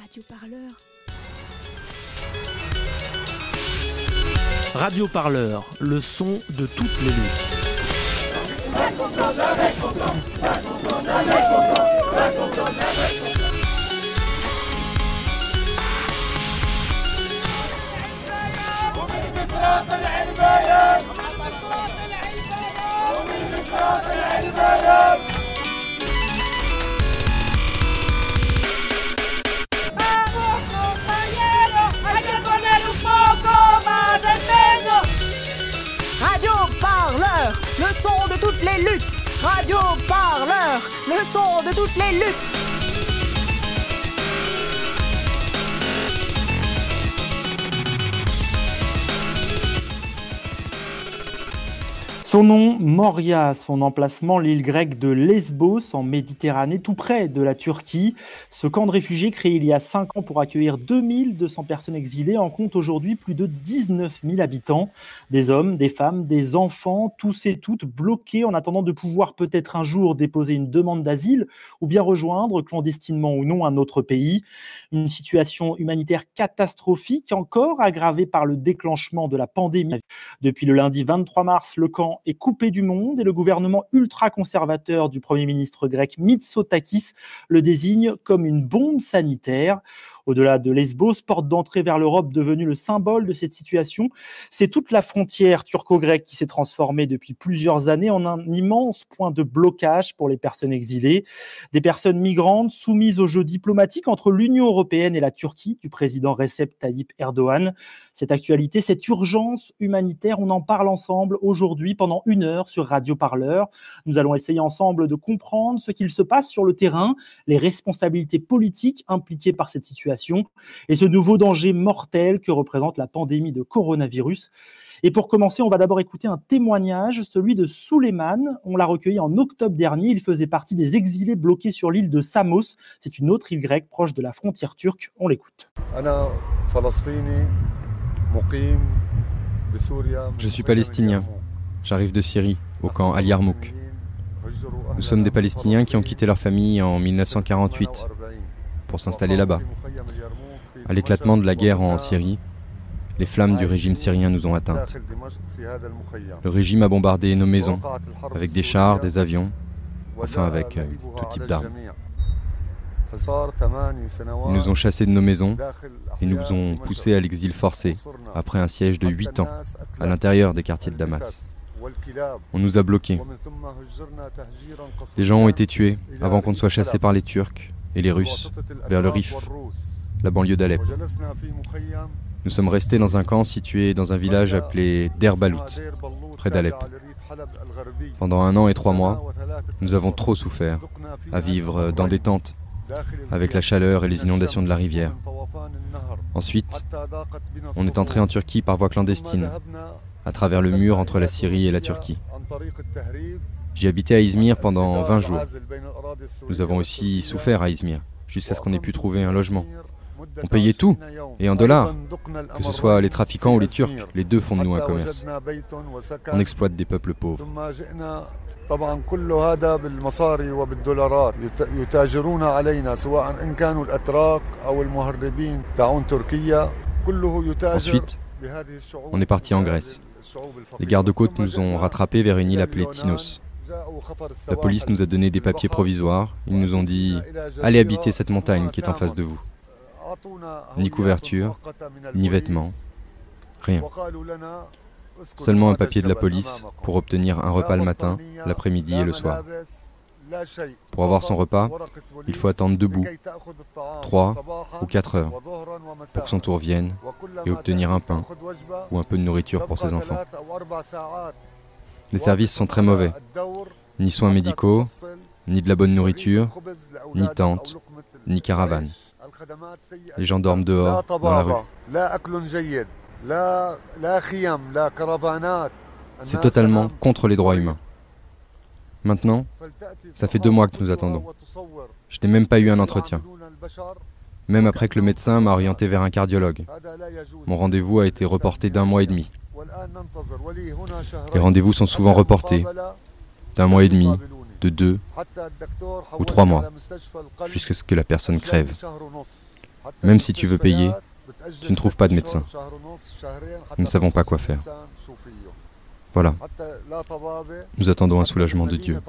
Radio Parleur. Radio Parleur, le son de toutes les luttes. Radio Parleur, le son de toutes les luttes. Radio Parleur, le son de toutes les luttes. Son nom, Moria, son emplacement, l'île grecque de Lesbos, en Méditerranée, tout près de la Turquie. Ce camp de réfugiés, créé il y a 5 ans pour accueillir 2200 personnes exilées, en compte aujourd'hui plus de 19 000 habitants. Des hommes, des femmes, des enfants, tous et toutes bloqués en attendant de pouvoir peut-être un jour déposer une demande d'asile ou bien rejoindre, clandestinement ou non, un autre pays. Une situation humanitaire catastrophique, encore aggravée par le déclenchement de la pandémie. Depuis le lundi 23 mars, le camp est coupé du monde et le gouvernement ultra-conservateur du Premier ministre grec Mitsotakis le désigne comme une bombe sanitaire. Au-delà de Lesbos, porte d'entrée vers l'Europe devenue le symbole de cette situation, c'est toute la frontière turco-grecque qui s'est transformée depuis plusieurs années en un immense point de blocage pour les personnes exilées. Des personnes migrantes soumises au jeu diplomatique entre l'Union européenne et la Turquie du président Recep Tayyip Erdogan. Cette actualité, cette urgence humanitaire, on en parle ensemble aujourd'hui pendant 1 heure sur Radio Parleur. Nous allons essayer ensemble de comprendre ce qu'il se passe sur le terrain, les responsabilités politiques impliquées par cette situation et ce nouveau danger mortel que représente la pandémie de coronavirus. Et pour commencer, on va d'abord écouter un témoignage, celui de Souleymane. On l'a recueilli en octobre dernier. Il faisait partie des exilés bloqués sur l'île de Samos. C'est une autre île grecque proche de la frontière turque. On l'écoute. Je suis palestinien. J'arrive de Syrie, au camp Al Yarmouk. Nous sommes des Palestiniens qui ont quitté leur famille en 1948 pour s'installer là-bas. À l'éclatement de la guerre en Syrie, les flammes du régime syrien nous ont atteintes. Le régime a bombardé nos maisons, avec des chars, des avions, enfin avec tout type d'armes. Ils nous ont chassés de nos maisons et nous ont poussés à l'exil forcé, après un siège de 8 ans, à l'intérieur des quartiers de Damas. On nous a bloqués. Des gens ont été tués avant qu'on ne soit chassés par les Turcs et les Russes vers le Rif, la banlieue d'Alep. Nous sommes restés dans un camp situé dans un village appelé Der Balout, près d'Alep. Pendant 1 an et 3 mois, nous avons trop souffert à vivre dans des tentes, avec la chaleur et les inondations de la rivière. Ensuite, on est entré en Turquie par voie clandestine, à travers le mur entre la Syrie et la Turquie. J'ai habité à Izmir pendant 20 jours. Nous avons aussi souffert à Izmir, jusqu'à ce qu'on ait pu trouver un logement. On payait tout, et en dollars. Que ce soit les trafiquants ou les Turcs, les deux font de nous un commerce. On exploite des peuples pauvres. Ensuite, on est parti en Grèce. Les gardes-côtes nous ont rattrapés vers une île appelée Tinos. La police nous a donné des papiers provisoires. Ils nous ont dit « Allez habiter cette montagne qui est en face de vous ». Ni couverture, ni vêtements, rien. Seulement un papier de la police pour obtenir un repas le matin, l'après-midi et le soir. Pour avoir son repas, il faut attendre debout 3 ou 4 heures pour que son tour vienne et obtenir un pain ou un peu de nourriture pour ses enfants. Les services sont très mauvais. Ni soins médicaux, ni de la bonne nourriture, ni tentes, ni caravane. Les gens dorment dehors, dans la rue. C'est totalement contre les droits humains. Maintenant, ça fait 2 mois que nous attendons. Je n'ai même pas eu un entretien. Même après que le médecin m'a orienté vers un cardiologue. Mon rendez-vous a été reporté d'1 mois et demi. Les rendez-vous sont souvent reportés d'1 mois et demi, de 2 ou 3 mois, jusqu'à ce que la personne crève. Même si tu veux payer, tu ne trouves pas de médecin. Nous ne savons pas quoi faire. Voilà. Nous attendons un soulagement de Dieu.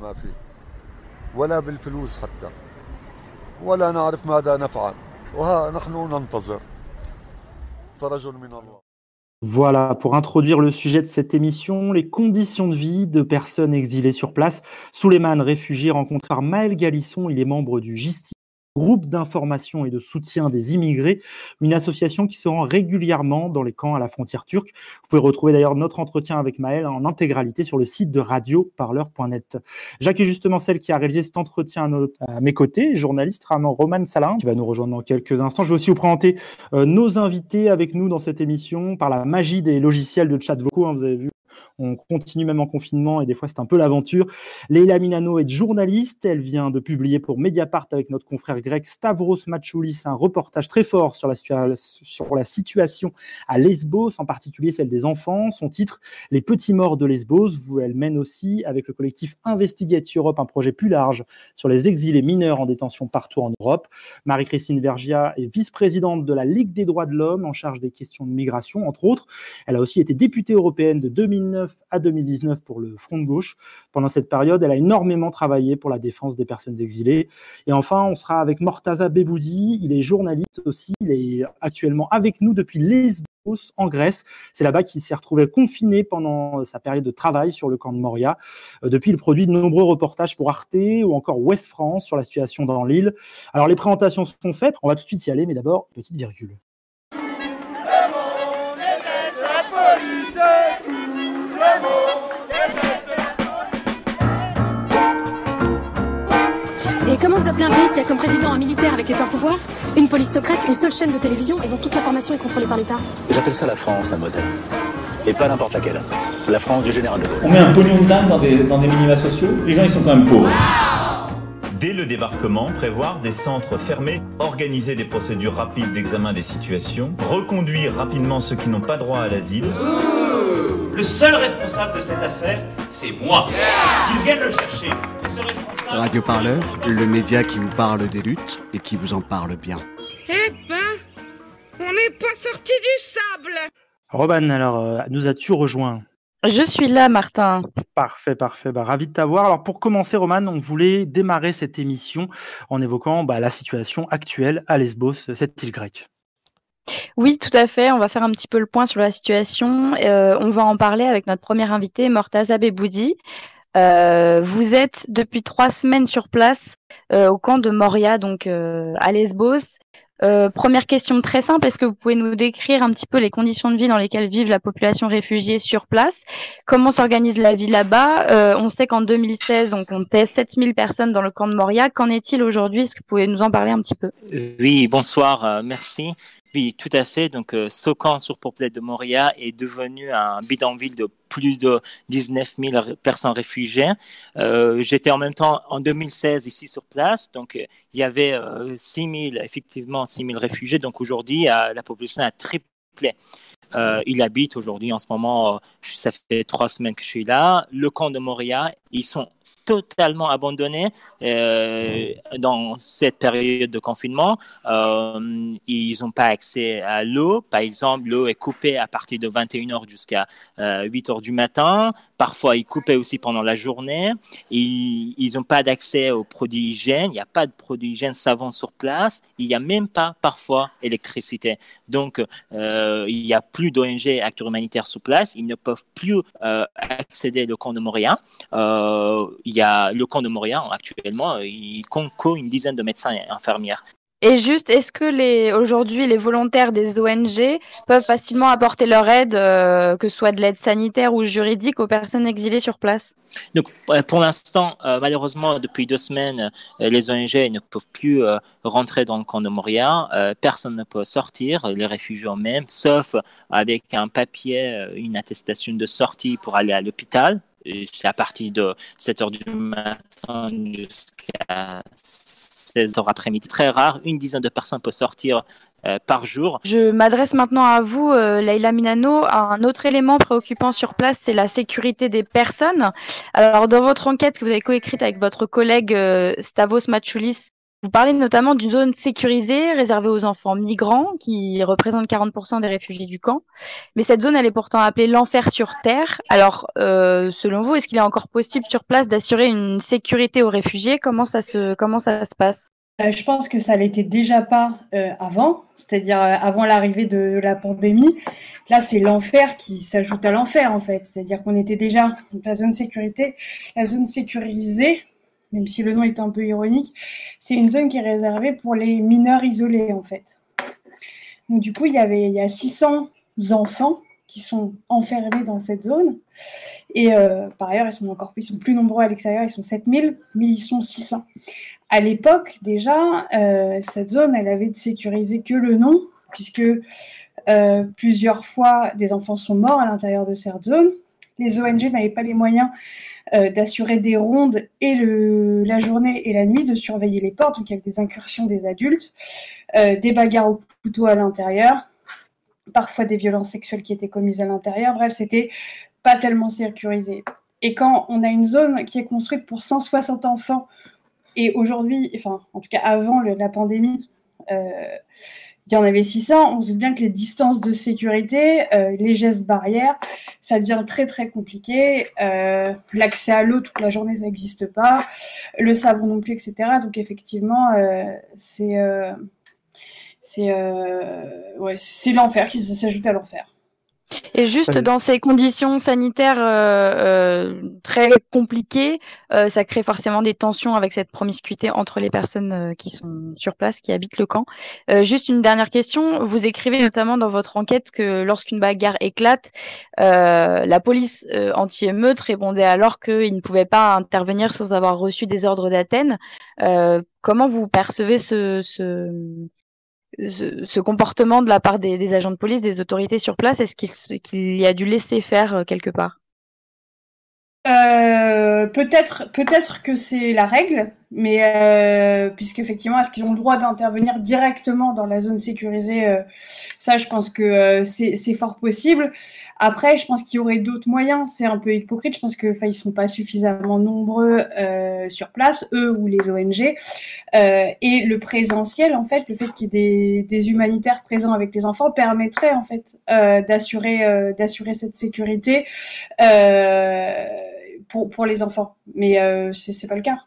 Voilà, pour introduire le sujet de cette émission, les conditions de vie de personnes exilées sur place. Souleymane, réfugié, rencontre Maël Galisson, il est membre du GISTI, groupe d'information et de soutien des immigrés, une association qui se rend régulièrement dans les camps à la frontière turque. Vous pouvez retrouver d'ailleurs notre entretien avec Maël en intégralité sur le site de radioparleur.net. J'accueille justement celle qui a réalisé cet entretien à mes côtés, journaliste Roman Salin, qui va nous rejoindre dans quelques instants. Je vais aussi vous présenter nos invités avec nous dans cette émission par la magie des logiciels de chat vocaux. Vous avez vu, on continue même en confinement et des fois c'est un peu l'aventure. Leila Minano est journaliste, elle vient de publier pour Mediapart avec notre confrère grec Stavros Matchoulis un reportage très fort sur la situation à Lesbos, en particulier celle des enfants. Son titre, Les petits morts de Lesbos, où elle mène aussi avec le collectif Investigate Europe un projet plus large sur les exilés mineurs en détention partout en Europe. Marie-Christine Vergia est vice-présidente de la Ligue des droits de l'homme en charge des questions de migration, entre autres. Elle a aussi été députée européenne de 2009 à 2019 pour le Front de gauche. Pendant cette période, elle a énormément travaillé pour la défense des personnes exilées. Et enfin, on sera avec Mortaza Beboudi. Il est journaliste aussi. Il est actuellement avec nous depuis Lesbos, en Grèce. C'est là-bas qu'il s'est retrouvé confiné pendant sa période de travail sur le camp de Moria. Depuis, il produit de nombreux reportages pour Arte ou encore Ouest France sur la situation dans l'île. Alors, les présentations sont faites. On va tout de suite y aller, mais d'abord, petite virgule. Et comment vous appelez un pays qui a comme président un militaire avec les pleins pouvoirs, une police secrète, une seule chaîne de télévision et dont toute l'information est contrôlée par l'État? J'appelle ça la France, mademoiselle. Et pas n'importe laquelle. La France du général de Gaulle. On met un pognon de dingue dans des minima sociaux, les gens ils sont quand même pauvres. Dès le débarquement, prévoir des centres fermés, organiser des procédures rapides d'examen des situations, reconduire rapidement ceux qui n'ont pas droit à l'asile. Le seul responsable de cette affaire, c'est moi. Qu'ils viennent le chercher. Radio Parleur, le média qui vous parle des luttes et qui vous en parle bien. Eh ben, on n'est pas sorti du sable. Roman, alors, nous as-tu rejoint? Je suis là, Martin. Parfait. Ravi de t'avoir. Alors, pour commencer, Roman, on voulait démarrer cette émission en évoquant la situation actuelle à Lesbos, cette île grecque. Oui, tout à fait. On va faire un petit peu le point sur la situation. On va en parler avec notre premier invité, Mortaza Beboudi. Vous êtes depuis 3 semaines sur place au camp de Moria, donc à Lesbos. Première question très simple, est-ce que vous pouvez nous décrire un petit peu les conditions de vie dans lesquelles vivent la population réfugiée sur place? Comment s'organise la vie là-bas? On sait qu'en 2016, on comptait 7000 personnes dans le camp de Moria. Qu'en est-il aujourd'hui? Est-ce que vous pouvez nous en parler un petit peu? Oui, bonsoir, merci. Oui, tout à fait. Donc, ce camp surpeuplé de Moria est devenu un bidonville de plus de 19 000 personnes réfugiées. J'étais en même temps en 2016 ici sur place. Donc, il y avait 6 000 réfugiés. Donc, aujourd'hui, la population a triplé. Il habite aujourd'hui, en ce moment, ça fait 3 semaines que je suis là. Le camp de Moria, ils sont totalement abandonnés dans cette période de confinement. Ils n'ont pas accès à l'eau. Par exemple, l'eau est coupée à partir de 21h jusqu'à 8h du matin. Parfois, ils est coupée aussi pendant la journée. Ils n'ont pas d'accès aux produits hygiène. Il n'y a pas de produits hygiène savants sur place. Il n'y a même pas, parfois, électricité. Donc, il n'y a plus d'ONG acteurs humanitaires sur place. Ils ne peuvent plus accéder au camp de Moria. Il y a le camp de Moria actuellement, il compte une dizaine de médecins et infirmières. Et juste, est-ce que aujourd'hui les volontaires des ONG peuvent facilement apporter leur aide, que ce soit de l'aide sanitaire ou juridique, aux personnes exilées sur place? Donc, pour l'instant, malheureusement, depuis 2 semaines, les ONG ne peuvent plus rentrer dans le camp de Moria. Personne ne peut sortir, les réfugiés eux-mêmes, sauf avec un papier, une attestation de sortie pour aller à l'hôpital. C'est à partir de 7h du matin jusqu'à 16h après-midi. Très rare, une dizaine de personnes peuvent sortir par jour. Je m'adresse maintenant à vous, Leila Minano. Un autre élément préoccupant sur place, c'est la sécurité des personnes. Alors, dans votre enquête que vous avez coécrite avec votre collègue Stavros Matchoulis, Vous parlez notamment d'une zone sécurisée réservée aux enfants migrants qui représentent 40% des réfugiés du camp. Mais cette zone, elle est pourtant appelée l'enfer sur terre. Alors, selon vous, est-ce qu'il est encore possible sur place d'assurer une sécurité aux réfugiés ? Comment ça se passe ? Je pense que ça l'était déjà pas avant, c'est-à-dire avant l'arrivée de la pandémie. Là, c'est l'enfer qui s'ajoute à l'enfer, en fait. C'est-à-dire qu'on était déjà dans la zone sécurisée, même si le nom est un peu ironique, c'est une zone qui est réservée pour les mineurs isolés, en fait. Donc, du coup, il y a 600 enfants qui sont enfermés dans cette zone. Et par ailleurs, ils sont plus nombreux à l'extérieur, ils sont 7000, mais ils sont 600. À l'époque, déjà, cette zone, elle avait sécurisé que le nom, puisque plusieurs fois, des enfants sont morts à l'intérieur de cette zone. Les ONG n'avaient pas les moyens d'assurer des rondes et la journée et la nuit, de surveiller les portes. Donc, il y avait des incursions des adultes, des bagarres au couteau à l'intérieur, parfois des violences sexuelles qui étaient commises à l'intérieur. Bref, c'était pas tellement sécurisé. Et quand on a une zone qui est construite pour 160 enfants, et aujourd'hui, enfin, en tout cas avant la pandémie, il y en avait 600, on se doute bien que les distances de sécurité, les gestes barrières, ça devient très très compliqué. L'accès à l'eau toute la journée, ça n'existe pas. Le savon non plus, etc. Donc effectivement, c'est l'enfer qui s'ajoute à l'enfer. Et juste dans ces conditions sanitaires très compliquées, ça crée forcément des tensions avec cette promiscuité entre les personnes qui sont sur place, qui habitent le camp. Juste une dernière question. Vous écrivez notamment dans votre enquête que lorsqu'une bagarre éclate, la police anti-émeute répondait alors qu'il ne pouvait pas intervenir sans avoir reçu des ordres d'Athènes. Comment vous percevez ce comportement de la part des agents de police, des autorités sur place? Est-ce qu'il y a dû laisser faire quelque part? Peut-être que c'est la règle, mais puisqu'effectivement, est-ce qu'ils ont le droit d'intervenir directement dans la zone sécurisée? Ça, je pense que c'est fort possible. Après, je pense qu'il y aurait d'autres moyens. C'est un peu hypocrite. Je pense que, ils sont pas suffisamment nombreux sur place, eux ou les ONG. Et le présentiel, en fait, le fait qu'il y ait des humanitaires présents avec les enfants permettrait en fait d'assurer cette sécurité pour les enfants. Mais c'est pas le cas.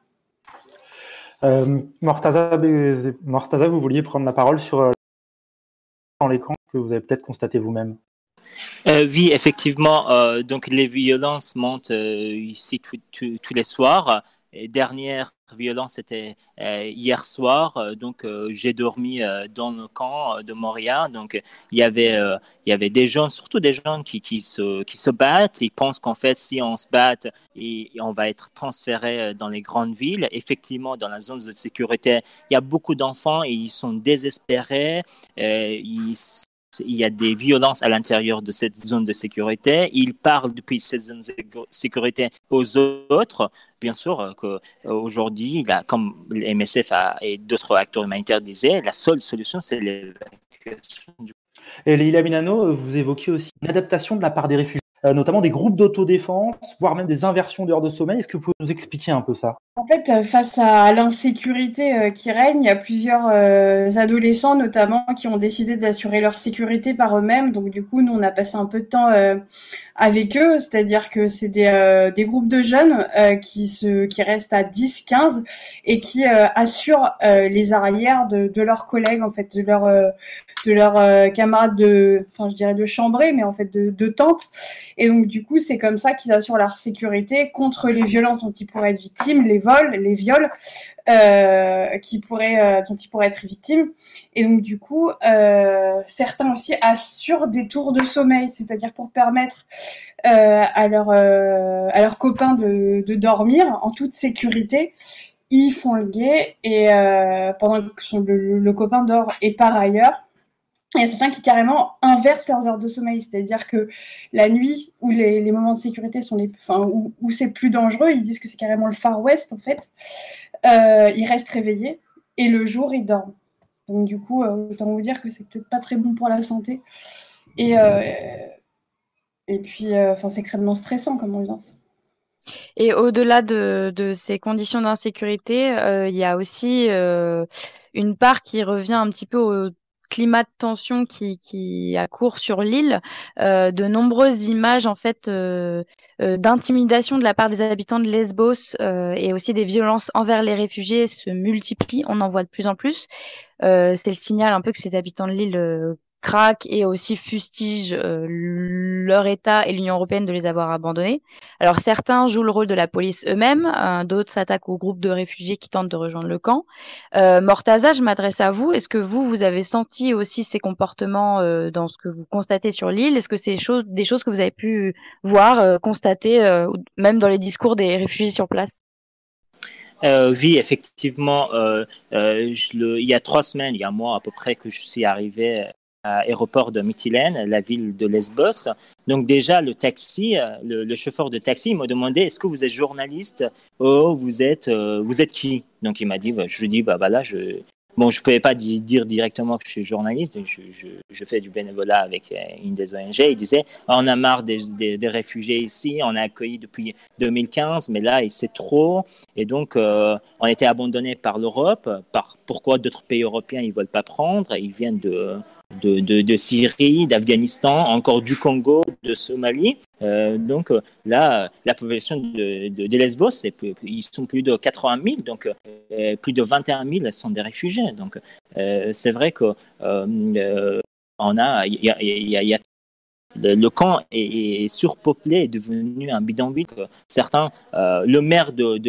Mortaza, vous vouliez prendre la parole sur dans les camps que vous avez peut-être constaté vous-même. Oui, effectivement. Donc les violences montent ici tous les soirs. Dernière violence, c'était hier soir. Donc j'ai dormi dans le camp de Moria. Donc il y avait des jeunes, surtout des jeunes qui se battent. Ils pensent qu'en fait, si on se bat, et on va être transféré dans les grandes villes. Effectivement, dans la zone de sécurité, il y a beaucoup d'enfants et ils sont désespérés. Il y a des violences à l'intérieur de cette zone de sécurité. Ils parlent depuis cette zone de sécurité aux autres. Bien sûr qu'aujourd'hui, comme le MSF et d'autres acteurs humanitaires disaient, la seule solution, c'est l'évacuation du... Et Leïla Minano, vous évoquiez aussi une adaptation de la part des réfugiés, notamment des groupes d'autodéfense, voire même des inversions d'heures de sommeil. Est-ce que vous pouvez nous expliquer un peu ça ? En fait, face à l'insécurité qui règne, il y a plusieurs adolescents notamment qui ont décidé d'assurer leur sécurité par eux-mêmes. Donc du coup, nous, on a passé un peu de temps avec eux, c'est-à-dire que c'est des groupes de jeunes qui restent à 10-15 et qui assurent les arrières de leurs collègues, en fait, de leurs camarades de chambrée, mais en fait de tente. Et donc du coup, c'est comme ça qu'ils assurent leur sécurité contre les violences dont ils pourraient être victimes, les vols, les viols dont ils pourraient être victimes. Et donc du coup, certains aussi assurent des tours de sommeil, c'est-à-dire pour permettre à leurs copains de dormir en toute sécurité. Ils font le guet et pendant que le copain dort. Et par ailleurs, il y a certains qui carrément inversent leurs heures de sommeil, c'est-à-dire que la nuit où les moments de sécurité sont où c'est plus dangereux, ils disent que c'est carrément le Far West en fait. Ils restent réveillés et le jour ils dorment. Donc du coup, autant vous dire que c'est peut-être pas très bon pour la santé. Et puis, c'est extrêmement stressant comme ambiance. Et au-delà de ces conditions d'insécurité, il y a aussi une part qui revient un petit peu au climat de tension qui a cours sur l'île. De nombreuses images en fait d'intimidation de la part des habitants de Lesbos et aussi des violences envers les réfugiés se multiplient. On en voit de plus en plus. C'est le signal un peu que ces habitants de l'île craquent et aussi fustigent leur État et l'Union européenne de les avoir abandonnés. Alors certains jouent le rôle de la police eux-mêmes, d'autres s'attaquent aux groupes de réfugiés qui tentent de rejoindre le camp. Mortaza, je m'adresse à vous. Est-ce que vous avez senti aussi ces comportements dans ce que vous constatez sur l'île? Est-ce que c'est des choses que vous avez pu voir, constater, même dans les discours des réfugiés sur place? Oui, effectivement, il y a 3 semaines, il y a un mois à peu près que je suis arrivé à l'aéroport de Mytilène, la ville de Lesbos. Donc déjà, le taxi, le chauffeur de taxi m'a demandé, est-ce que vous êtes journaliste? Oh, vous êtes qui? Donc il m'a dit, je lui dis, là, je ne pouvais pas dire directement que je suis journaliste, donc je fais du bénévolat avec une des ONG. Il disait, on a marre des réfugiés ici, on a accueilli depuis 2015, mais là, c'est trop. Et donc, on a été abandonnés par l'Europe. Pourquoi d'autres pays européens ne veulent pas prendre? Ils viennent de Syrie, d'Afghanistan, encore du Congo, de Somalie. Donc là, la population de Lesbos, ils sont plus de 80 000, donc plus de 21 000 sont des réfugiés. Donc c'est vrai que le camp est surpeuplé, est devenu un bidonville. Certains, le maire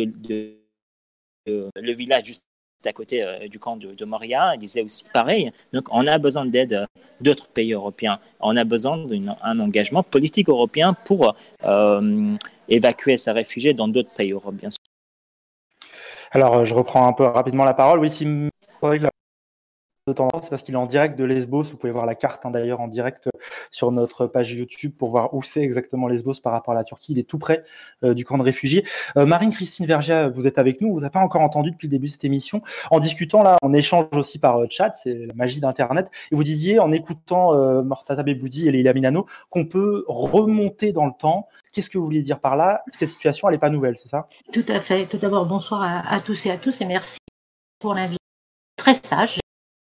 le village juste à côté du camp de Moria disait aussi pareil. Donc on a besoin d'aide d'autres pays européens. On a besoin d'un engagement politique européen pour évacuer ces réfugiés dans d'autres pays européens. Alors je reprends un peu rapidement la parole. Oui, si de tendance, parce qu'il est en direct de Lesbos. Vous pouvez voir la carte d'ailleurs en direct sur notre page YouTube pour voir où c'est exactement Lesbos par rapport à la Turquie. Il est tout près du camp de réfugiés. Marie-Christine Vergia, vous êtes avec nous. Vous n'avez pas encore entendu depuis le début de cette émission. En discutant là, on échange aussi par chat, c'est la magie d'Internet. Et vous disiez en écoutant Mortaza Beboudi et Leila Minano qu'on peut remonter dans le temps. Qu'est-ce que vous vouliez dire par là? Cette situation, elle n'est pas nouvelle, c'est ça? Tout à fait. Tout d'abord, bonsoir à tous et merci pour l'invitation. Très sage.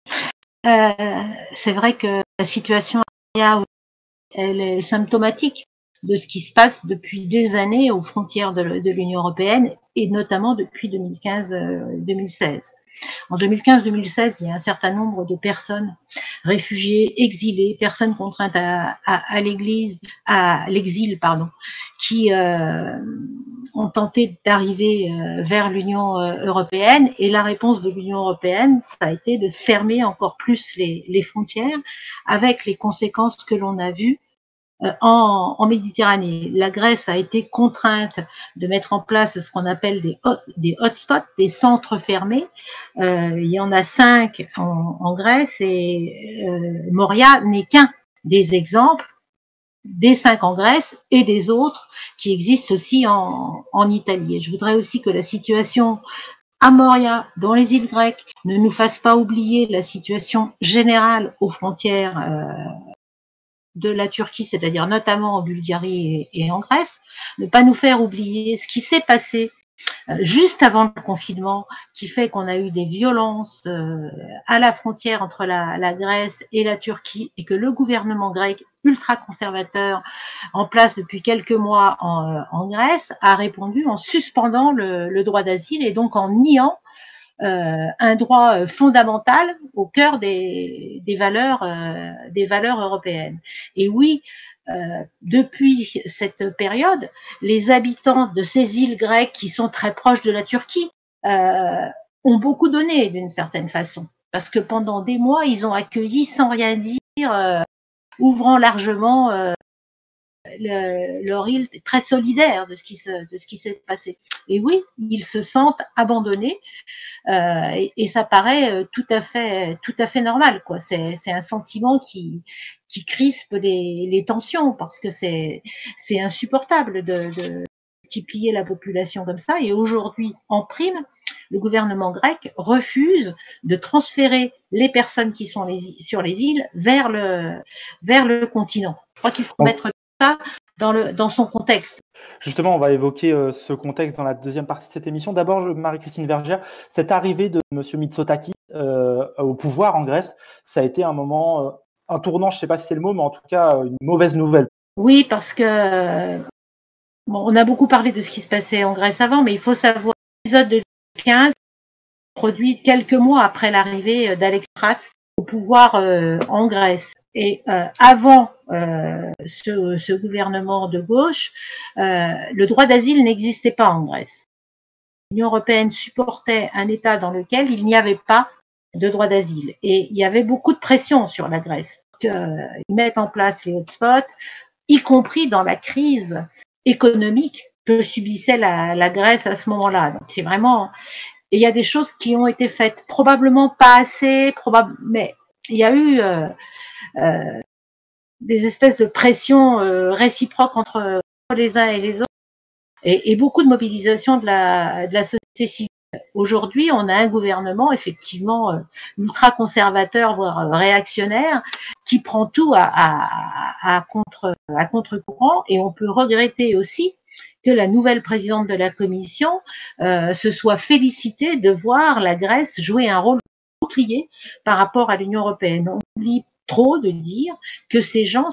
C'est vrai que la situation elle est symptomatique de ce qui se passe depuis des années aux frontières de l'Union européenne et notamment depuis 2015-2016. En 2015-2016, il y a un certain nombre de personnes réfugiées, exilées, personnes contraintes à l'exil, qui ont tenté d'arriver vers l'Union européenne, et la réponse de l'Union européenne, ça a été de fermer encore plus les frontières, avec les conséquences que l'on a vues en Méditerranée. La Grèce a été contrainte de mettre en place ce qu'on appelle des hotspots, des centres fermés. Il y en a 5 en Grèce, et Moria n'est qu'un des exemples des 5 en Grèce et des autres qui existent aussi en Italie. Et je voudrais aussi que la situation à Moria, dans les îles grecques, ne nous fasse pas oublier la situation générale aux frontières de la Turquie, c'est-à-dire notamment en Bulgarie et en Grèce, ne pas nous faire oublier ce qui s'est passé juste avant le confinement, qui fait qu'on a eu des violences à la frontière entre la Grèce et la Turquie, et que le gouvernement grec ultra-conservateur en place depuis quelques mois en Grèce a répondu en suspendant le droit d'asile, et donc en niant un droit fondamental au cœur des valeurs européennes. Et oui, depuis cette période, les habitants de ces îles grecques qui sont très proches de la Turquie ont beaucoup donné d'une certaine façon, parce que pendant des mois, ils ont accueilli sans rien dire, ouvrant largement leur île, très solidaire de ce qui s'est passé. Et oui, ils se sentent abandonnés, et ça paraît tout à fait normal, quoi. C'est un sentiment qui crispe les tensions, parce que c'est insupportable de multiplier la population comme ça. Et aujourd'hui, en prime, le gouvernement grec refuse de transférer les personnes qui sont sur les îles vers le continent. Je crois qu'il faut mettre ça dans son contexte. Justement, on va évoquer ce contexte dans la deuxième partie de cette émission. D'abord, Marie-Christine Vergère, cette arrivée de M. Mitsotakis au pouvoir en Grèce, ça a été un moment, un tournant, je ne sais pas si c'est le mot, mais en tout cas une mauvaise nouvelle. Oui, parce que on a beaucoup parlé de ce qui se passait en Grèce avant, mais il faut savoir que l'épisode de 2015 produit quelques mois après l'arrivée d'Alex Tsipras au pouvoir en Grèce. Et avant ce gouvernement de gauche, le droit d'asile n'existait pas en Grèce. L'Union européenne supportait un État dans lequel il n'y avait pas de droit d'asile. Et il y avait beaucoup de pression sur la Grèce. Ils mettent en place les hotspots, y compris dans la crise économique que subissait la Grèce à ce moment-là. Donc c'est vraiment... Et il y a des choses qui ont été faites, probablement pas assez, mais il y a eu des espèces de pressions réciproques entre les uns et les autres, et beaucoup de mobilisation de la société civile. Aujourd'hui, on a un gouvernement effectivement ultra-conservateur, voire réactionnaire, qui prend tout à contre-courant, et on peut regretter aussi que la nouvelle présidente de la Commission se soit félicitée de voir la Grèce jouer un rôle bouclier par rapport à l'Union européenne. On oublie trop de dire que ces gens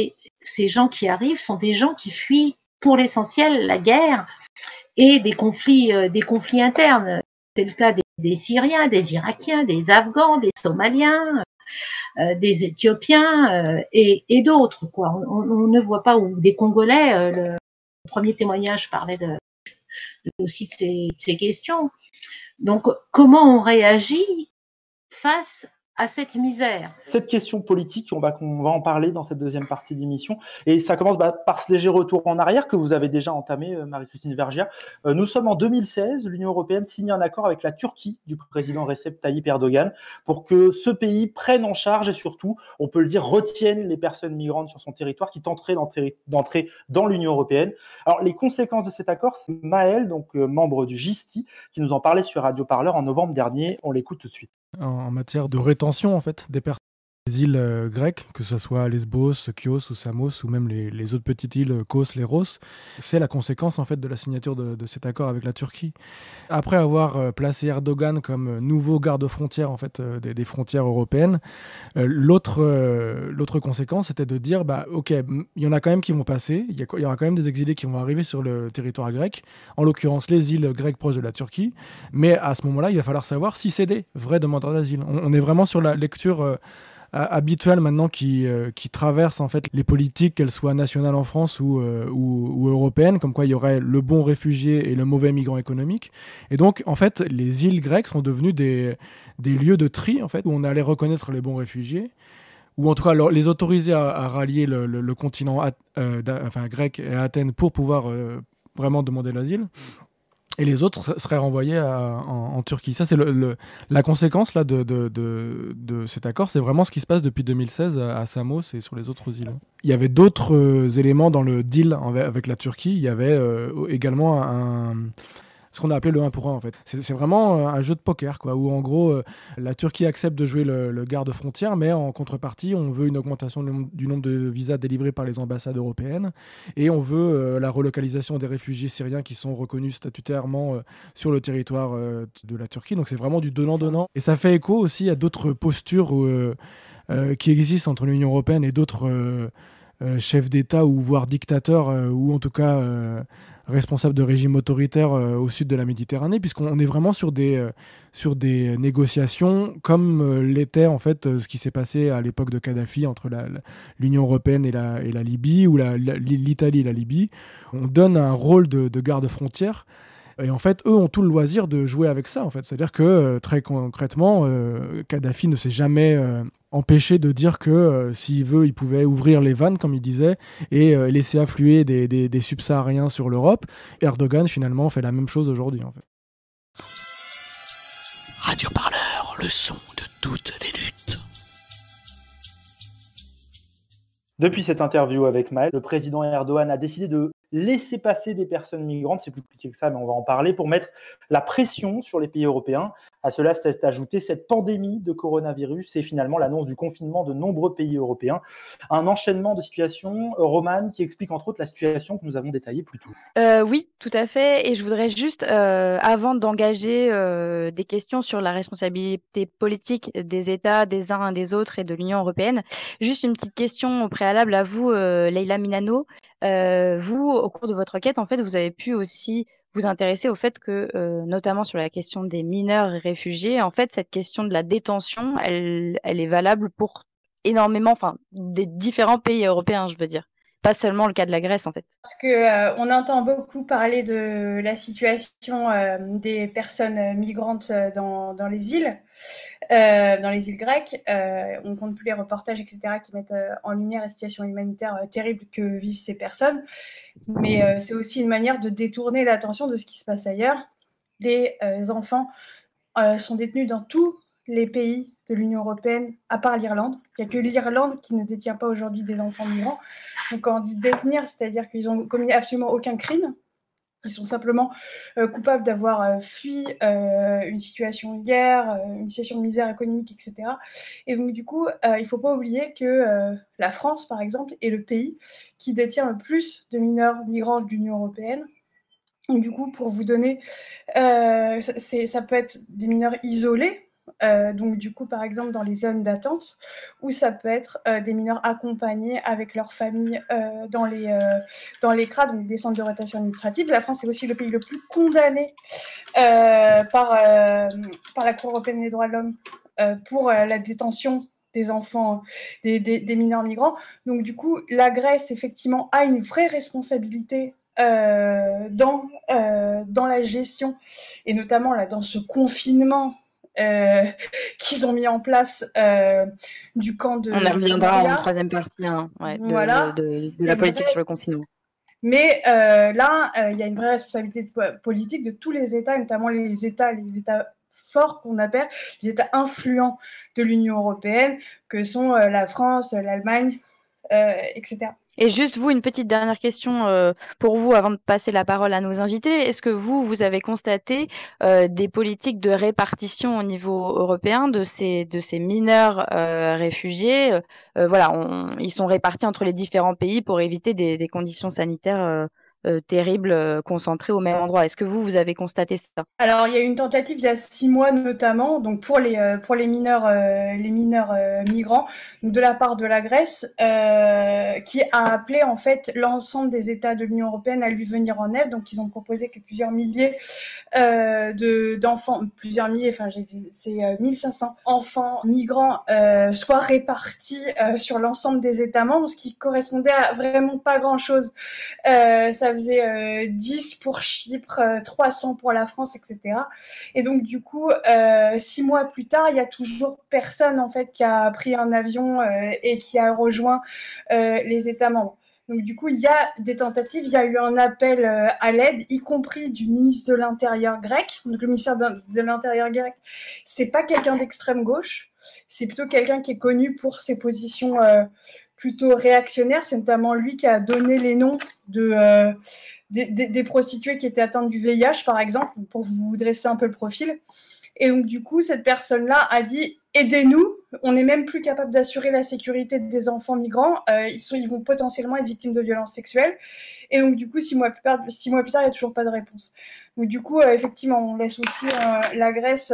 qui arrivent sont des gens qui fuient pour l'essentiel la guerre et des conflits internes. C'est le cas des Syriens, des Irakiens, des Afghans, des Somaliens, des Éthiopiens et d'autres, quoi. On ne voit pas, ou des Congolais. Le premier témoignage parlait aussi de ces questions. Donc, comment on réagit face à cette misère? Cette question politique, on va en parler dans cette deuxième partie d'émission. Et ça commence par ce léger retour en arrière que vous avez déjà entamé, Marie-Christine Vergère. Nous sommes en 2016, l'Union européenne signe un accord avec la Turquie du président Recep Tayyip Erdogan pour que ce pays prenne en charge et surtout, on peut le dire, retienne les personnes migrantes sur son territoire qui tenteraient d'entrer dans l'Union européenne. Alors, les conséquences de cet accord, c'est Maël, donc membre du GISTI, qui nous en parlait sur Radio Parleur en novembre dernier. On l'écoute tout de suite. En matière de rétention en fait des personnes des îles grecques, que ce soit Lesbos, Chios ou Samos ou même les autres petites îles Kos, Léros, c'est la conséquence en fait de la signature de cet accord avec la Turquie. Après avoir placé Erdogan comme nouveau garde-frontière en fait des frontières européennes, l'autre conséquence c'était de dire ok, il y en a quand même qui vont passer, il y aura quand même des exilés qui vont arriver sur le territoire grec, en l'occurrence les îles grecques proches de la Turquie, mais à ce moment-là il va falloir savoir si c'est des vrais demandeurs d'asile. On est vraiment sur la lecture habituelle maintenant qui traverse en fait les politiques, qu'elles soient nationales en France ou européennes, comme quoi il y aurait le bon réfugié et le mauvais migrant économique. Et donc en fait les îles grecques sont devenues des lieux de tri en fait où on allait reconnaître les bons réfugiés, ou en tout cas les autoriser à rallier le continent grec et Athènes pour pouvoir vraiment demander l'asile. Et les autres seraient renvoyés en Turquie. Ça, c'est la conséquence là, de cet accord. C'est vraiment ce qui se passe depuis 2016 à Samos et sur les autres îles. Il y avait d'autres éléments dans le deal avec la Turquie. Il y avait également ce qu'on a appelé le 1 pour 1 en fait. C'est vraiment un jeu de poker quoi, où en gros la Turquie accepte de jouer le garde-frontière, mais en contrepartie on veut une augmentation du nombre de visas délivrés par les ambassades européennes, et on veut la relocalisation des réfugiés syriens qui sont reconnus statutairement sur le territoire de la Turquie. Donc c'est vraiment du donnant-donnant, et ça fait écho aussi à d'autres postures qui existent entre l'Union européenne et d'autres chefs d'État ou voire dictateurs ou en tout cas responsables de régimes autoritaires au sud de la Méditerranée, puisqu'on est vraiment sur des négociations comme l'était en fait ce qui s'est passé à l'époque de Kadhafi entre l'Union européenne et la Libye, ou l'Italie et la Libye. On donne un rôle de garde-frontière. Et en fait, eux ont tout le loisir de jouer avec ça. En fait. C'est-à-dire que, très concrètement, Kadhafi ne s'est jamais empêché de dire que s'il veut, il pouvait ouvrir les vannes, comme il disait, et laisser affluer des subsahariens sur l'Europe. Erdogan, finalement, fait la même chose aujourd'hui. En fait. Radio Parleur, le son de toutes les luttes. Depuis cette interview avec Maël, le président Erdogan a décidé de laisser passer des personnes migrantes, c'est plus compliqué que ça, mais on va en parler, pour mettre la pression sur les pays européens. À cela s'est ajoutée cette pandémie de coronavirus et finalement l'annonce du confinement de nombreux pays européens. Un enchaînement de situations, Romane, qui explique entre autres la situation que nous avons détaillée plus tôt. Oui, tout à fait. Et je voudrais juste, avant d'engager des questions sur la responsabilité politique des États, des uns et des autres et de l'Union européenne, juste une petite question au préalable à vous, Leïla Minano. Vous, au cours de votre enquête, en fait, vous avez pu aussi vous intéresser au fait que, notamment sur la question des mineurs et réfugiés, en fait, cette question de la détention, elle est valable pour énormément, enfin, des différents pays européens, je veux dire. Pas seulement le cas de la Grèce, en fait. Parce que on entend beaucoup parler de la situation des personnes migrantes dans les îles grecques. On compte plus les reportages, etc., qui mettent en lumière la situation humanitaire terrible que vivent ces personnes. Mais c'est aussi une manière de détourner l'attention de ce qui se passe ailleurs. Les enfants sont détenus dans tous les pays de l'Union européenne, à part l'Irlande. Il n'y a que l'Irlande qui ne détient pas aujourd'hui des enfants migrants. Donc quand on dit détenir, c'est-à-dire qu'ils n'ont commis absolument aucun crime. Ils sont simplement coupables d'avoir fui une situation de guerre, une situation de misère économique, etc. Et donc du coup, il ne faut pas oublier que la France, par exemple, est le pays qui détient le plus de mineurs migrants de l'Union européenne. Donc, du coup, pour vous donner, ça peut être des mineurs isolés, donc du coup, par exemple, dans les zones d'attente, ou ça peut être des mineurs accompagnés avec leur famille dans les CRA, donc des centres de rétention administrative. La France est aussi le pays le plus condamné par la Cour européenne des droits de l'homme pour la détention des enfants, des mineurs migrants. Donc du coup, la Grèce, effectivement, a une vraie responsabilité dans la gestion, et notamment là, dans ce confinement qu'ils ont mis en place du camp de... On y reviendra en troisième partie de la politique sur le confinement. Mais là, il y a une vraie responsabilité politique de tous les États, notamment les États forts qu'on appelle, les États influents de l'Union européenne, que sont la France, l'Allemagne, etc. Et juste vous, une petite dernière question pour vous avant de passer la parole à nos invités. Est-ce que vous avez constaté des politiques de répartition au niveau européen de ces mineurs réfugiés ils sont répartis entre les différents pays pour éviter des conditions sanitaires terribles concentrées au même endroit. Est-ce que vous avez constaté ça? Alors, il y a eu une tentative il y a 6 mois notamment, donc pour les mineurs migrants, donc de la part de la Grèce, qui a appelé en fait l'ensemble des États de l'Union européenne à lui venir en aide. Donc, ils ont proposé que plusieurs milliers d'enfants, c'est 1500 enfants migrants soient répartis sur l'ensemble des États membres, ce qui correspondait à vraiment pas grand-chose. Ça faisait 10 pour Chypre, 300 pour la France, etc. Et donc du coup, 6 mois plus tard, il y a toujours personne en fait qui a pris un avion et qui a rejoint les États membres. Donc du coup, il y a des tentatives, il y a eu un appel à l'aide, y compris du ministre de l'Intérieur grec. Donc le ministère de l'Intérieur grec, c'est pas quelqu'un d'extrême gauche, c'est plutôt quelqu'un qui est connu pour ses positions plutôt réactionnaire. C'est notamment lui qui a donné les noms des prostituées qui étaient atteintes du VIH, par exemple, pour vous dresser un peu le profil. Et donc, du coup, cette personne-là a dit « Aidez-nous, on n'est même plus capable d'assurer la sécurité des enfants migrants, ils vont potentiellement être victimes de violences sexuelles. » Et donc, du coup, 6 mois plus tard, il n'y a toujours pas de réponse. Donc, du coup, effectivement, on laisse aussi la Grèce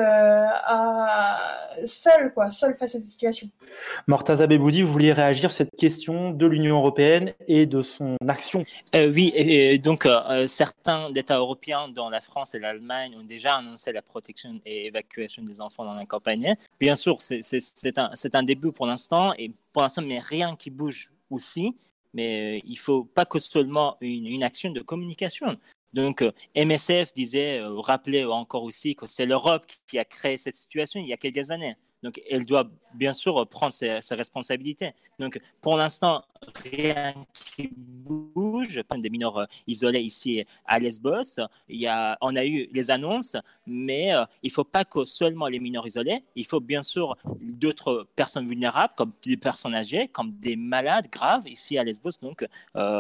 seule face à cette situation. Mortaza Beboudi, vous vouliez réagir sur cette question de l'Union européenne et de son action? Oui, et donc certains États européens, dont la France et l'Allemagne, ont déjà annoncé la protection et évacuation des enfants non accompagnés. Bien sûr, c'est un début pour l'instant, et pour l'instant, mais rien qui bouge aussi. Mais il ne faut pas que seulement une action de communication. Donc, MSF rappelait encore aussi que c'est l'Europe qui a créé cette situation il y a quelques années. Donc, elle doit bien sûr prendre ses responsabilités. Donc, pour l'instant, rien qui bouge. Des mineurs isolés ici à Lesbos. On a eu les annonces, mais il ne faut pas que seulement les mineurs isolés. Il faut bien sûr d'autres personnes vulnérables, comme des personnes âgées, comme des malades graves ici à Lesbos. Donc,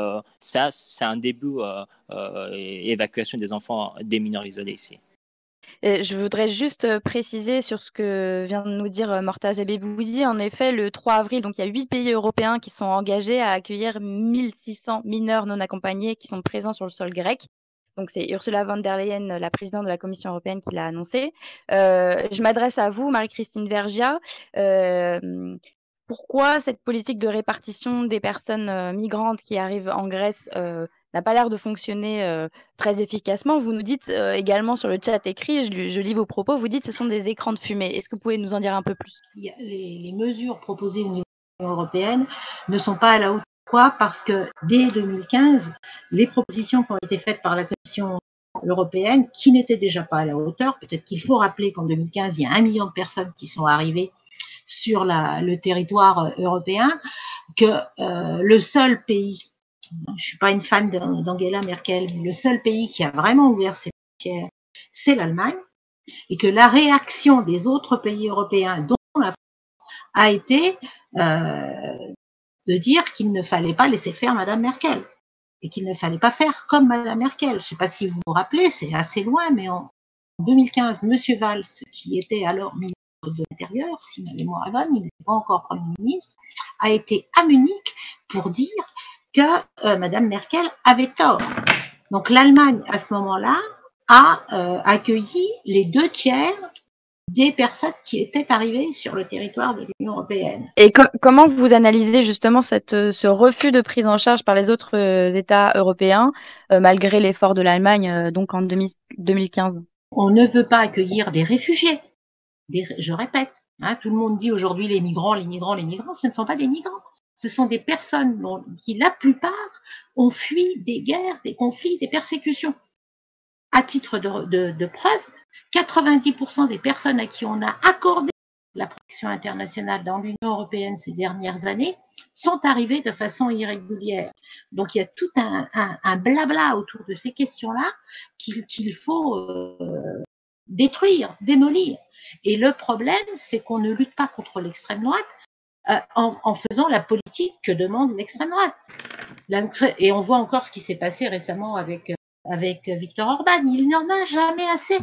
ça, c'est un début évacuation des enfants, des mineurs isolés ici. Et je voudrais juste préciser sur ce que vient de nous dire Mortaz Ebeboudi. En effet, le 3 avril, donc il y a 8 pays européens qui sont engagés à accueillir 1600 mineurs non accompagnés qui sont présents sur le sol grec. Donc c'est Ursula von der Leyen, la présidente de la Commission européenne, qui l'a annoncé. Je m'adresse à vous, Marie-Christine Vergiat. Pourquoi cette politique de répartition des personnes migrantes qui arrivent en Grèce n'a pas l'air de fonctionner très efficacement? Vous nous dites également sur le chat écrit, je lis vos propos, vous dites que ce sont des écrans de fumée. Est-ce que vous pouvez nous en dire un peu plus? Les mesures proposées au niveau de l'Union européenne ne sont pas à la hauteur. Pourquoi? Parce que dès 2015, les propositions qui ont été faites par la Commission européenne, qui n'étaient déjà pas à la hauteur, peut-être qu'il faut rappeler qu'en 2015, il y a 1 million de personnes qui sont arrivées sur le territoire européen, que le seul pays, je suis pas une fan d'Angela Merkel, mais le seul pays qui a vraiment ouvert ses frontières, c'est l'Allemagne, et que la réaction des autres pays européens, dont la France, a été de dire qu'il ne fallait pas laisser faire Madame Merkel, et qu'il ne fallait pas faire comme Madame Merkel. Je ne sais pas si vous vous rappelez, c'est assez loin, mais en 2015, Monsieur Valls, qui était alors ministre de l'Intérieur, si ma mémoire est bonne, il n'était pas encore Premier ministre, a été à Munich pour dire que Madame Merkel avait tort. Donc l'Allemagne, à ce moment-là, a accueilli les 2/3 des personnes qui étaient arrivées sur le territoire de l'Union européenne. Et comment vous analysez justement ce refus de prise en charge par les autres États européens, malgré l'effort de l'Allemagne donc en 2015? On ne veut pas accueillir des réfugiés. Je répète, tout le monde dit aujourd'hui les migrants, ce ne sont pas des migrants. Ce sont des personnes qui, la plupart, ont fui des guerres, des conflits, des persécutions. À titre de preuve, 90% des personnes à qui on a accordé la protection internationale dans l'Union européenne ces dernières années sont arrivées de façon irrégulière. Donc il y a tout un blabla autour de ces questions-là qu'il faut détruire, démolir. Et le problème, c'est qu'on ne lutte pas contre l'extrême droite en faisant la politique que demande l'extrême droite. Et on voit encore ce qui s'est passé récemment avec Viktor Orban. Il n'en a jamais assez.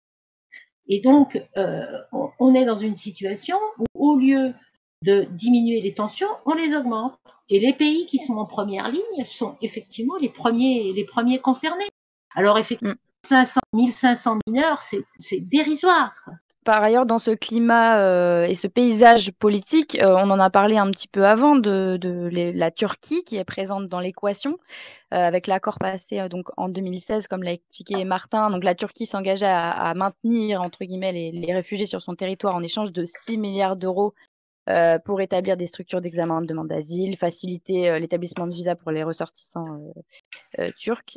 Et donc, on est dans une situation où, au lieu de diminuer les tensions, on les augmente. Et les pays qui sont en première ligne sont effectivement les premiers concernés. Alors, effectivement, 1500 mineurs, c'est dérisoire, quoi. Par ailleurs, dans ce climat et ce paysage politique, on en a parlé un petit peu avant de la Turquie qui est présente dans l'équation, avec l'accord passé donc en 2016, comme l'a expliqué Martin. Donc la Turquie s'engageait à maintenir entre guillemets les réfugiés sur son territoire en échange de 6 milliards d'euros pour établir des structures d'examen de demande d'asile, faciliter l'établissement de visas pour les ressortissants turcs.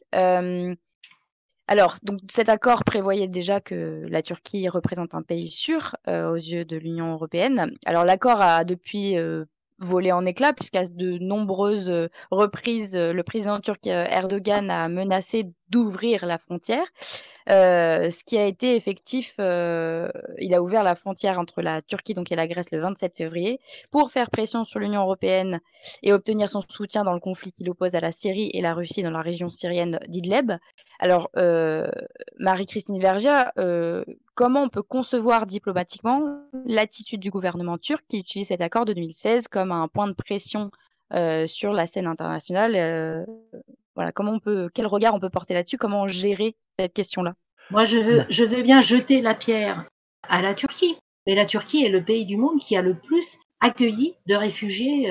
Alors, donc cet accord prévoyait déjà que la Turquie représente un pays sûr aux yeux de l'Union européenne. Alors l'accord a depuis volé en éclats puisqu'à de nombreuses reprises, le président turc Erdogan a menacé d'ouvrir la frontière. Ce qui a été effectif, il a ouvert la frontière entre la Turquie donc, et la Grèce le 27 février pour faire pression sur l'Union européenne et obtenir son soutien dans le conflit qui l'oppose à la Syrie et la Russie dans la région syrienne d'Idleb. Alors, Marie-Christine Vergiat, comment on peut concevoir diplomatiquement l'attitude du gouvernement turc qui utilise cet accord de 2016 comme un point de pression sur la scène internationale voilà, quel regard on peut porter là-dessus? Comment gérer cette question-là? Moi, je veux bien jeter la pierre à la Turquie, mais la Turquie est le pays du monde qui a le plus accueilli de réfugiés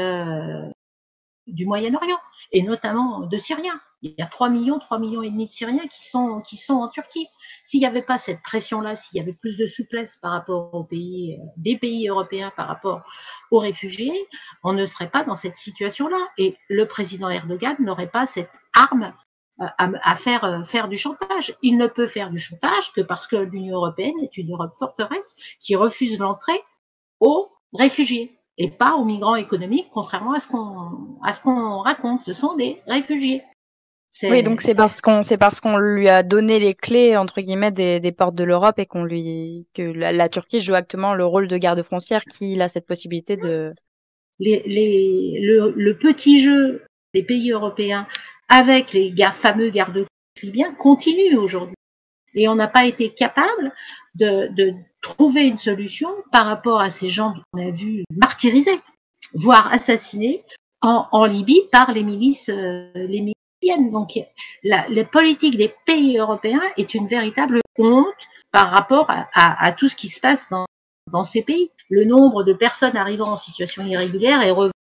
du Moyen-Orient, et notamment de Syriens. Il y a 3,5 millions de Syriens qui sont en Turquie. S'il n'y avait pas cette pression-là, s'il y avait plus de souplesse par rapport aux pays, des pays européens par rapport aux réfugiés, on ne serait pas dans cette situation-là. Et le président Erdogan n'aurait pas cette arme à faire du chantage. Il ne peut faire du chantage que parce que l'Union européenne est une Europe forteresse qui refuse l'entrée aux réfugiés et pas aux migrants économiques, contrairement à ce qu'on raconte. Ce sont des réfugiés. Oui, donc c'est parce qu'on lui a donné les clés entre guillemets des portes de l'Europe et que la Turquie joue actuellement le rôle de garde-frontière qu'il a cette possibilité de. Le petit jeu des pays européens avec les fameux garde-côtes libyens continue aujourd'hui. Et on n'a pas été capable de trouver une solution par rapport à ces gens qu'on a vus martyrisés, voire assassinés en Libye par les milices libyennes. Donc la politique des pays européens est une véritable honte par rapport à tout ce qui se passe dans ces pays. Le nombre de personnes arrivant en situation irrégulière est revenu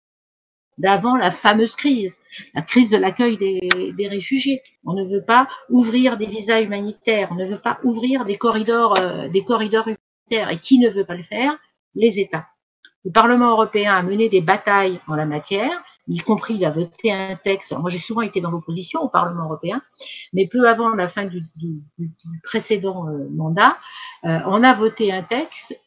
d'avant la fameuse crise, la crise de l'accueil des réfugiés. On ne veut pas ouvrir des visas humanitaires, on ne veut pas ouvrir des corridors humanitaires. Et qui ne veut pas le faire? Les États. Le Parlement européen a mené des batailles en la matière, y compris il a voté un texte. Moi, j'ai souvent été dans l'opposition au Parlement européen, mais peu avant la fin du précédent mandat, on a voté un texte,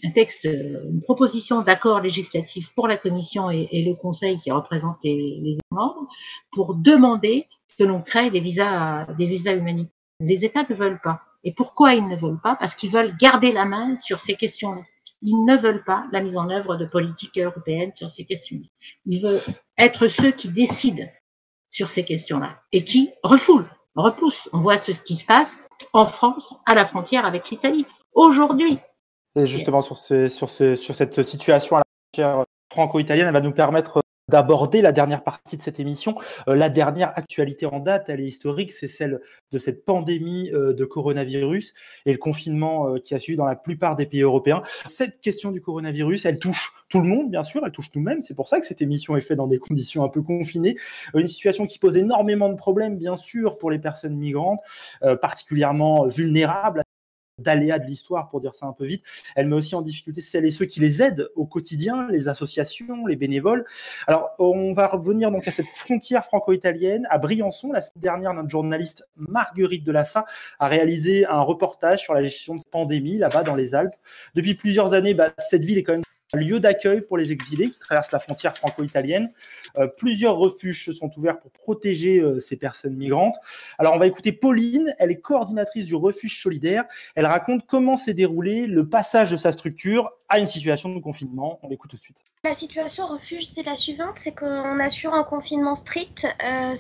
une proposition d'accord législatif pour la Commission et le Conseil qui représente les États membres, pour demander que l'on crée des visas humanitaires. Les États ne veulent pas. Et pourquoi ils ne veulent pas? Parce qu'ils veulent garder la main sur ces questions-là. Ils ne veulent pas la mise en œuvre de politiques européennes sur ces questions. Ils veulent être ceux qui décident sur ces questions-là et qui repoussent. On voit ce qui se passe en France, à la frontière avec l'Italie, aujourd'hui. Et justement, sur cette situation à la frontière franco-italienne, elle va nous permettre d'aborder la dernière partie de cette émission. La dernière actualité en date, elle est historique, c'est celle de cette pandémie de coronavirus et le confinement qui a suivi dans la plupart des pays européens. Cette question du coronavirus, elle touche tout le monde, bien sûr, elle touche nous-mêmes. C'est pour ça que cette émission est faite dans des conditions un peu confinées. Une situation qui pose énormément de problèmes, bien sûr, pour les personnes migrantes, particulièrement vulnérables d'aléas de l'histoire, pour dire ça un peu vite. Elle met aussi en difficulté celles et ceux qui les aident au quotidien, les associations, les bénévoles. Alors, on va revenir donc à cette frontière franco-italienne, à Briançon. La semaine dernière, notre journaliste Marguerite Delassa a réalisé un reportage sur la gestion de cette pandémie, là-bas, dans les Alpes. Depuis plusieurs années, cette ville est quand même un lieu d'accueil pour les exilés qui traversent la frontière franco-italienne. Plusieurs refuges se sont ouverts pour protéger ces personnes migrantes. Alors, on va écouter Pauline, elle est coordinatrice du refuge solidaire. Elle raconte comment s'est déroulé le passage de sa structure à une situation de confinement. On l'écoute tout de suite. La situation au refuge, c'est la suivante, c'est qu'on assure un confinement strict.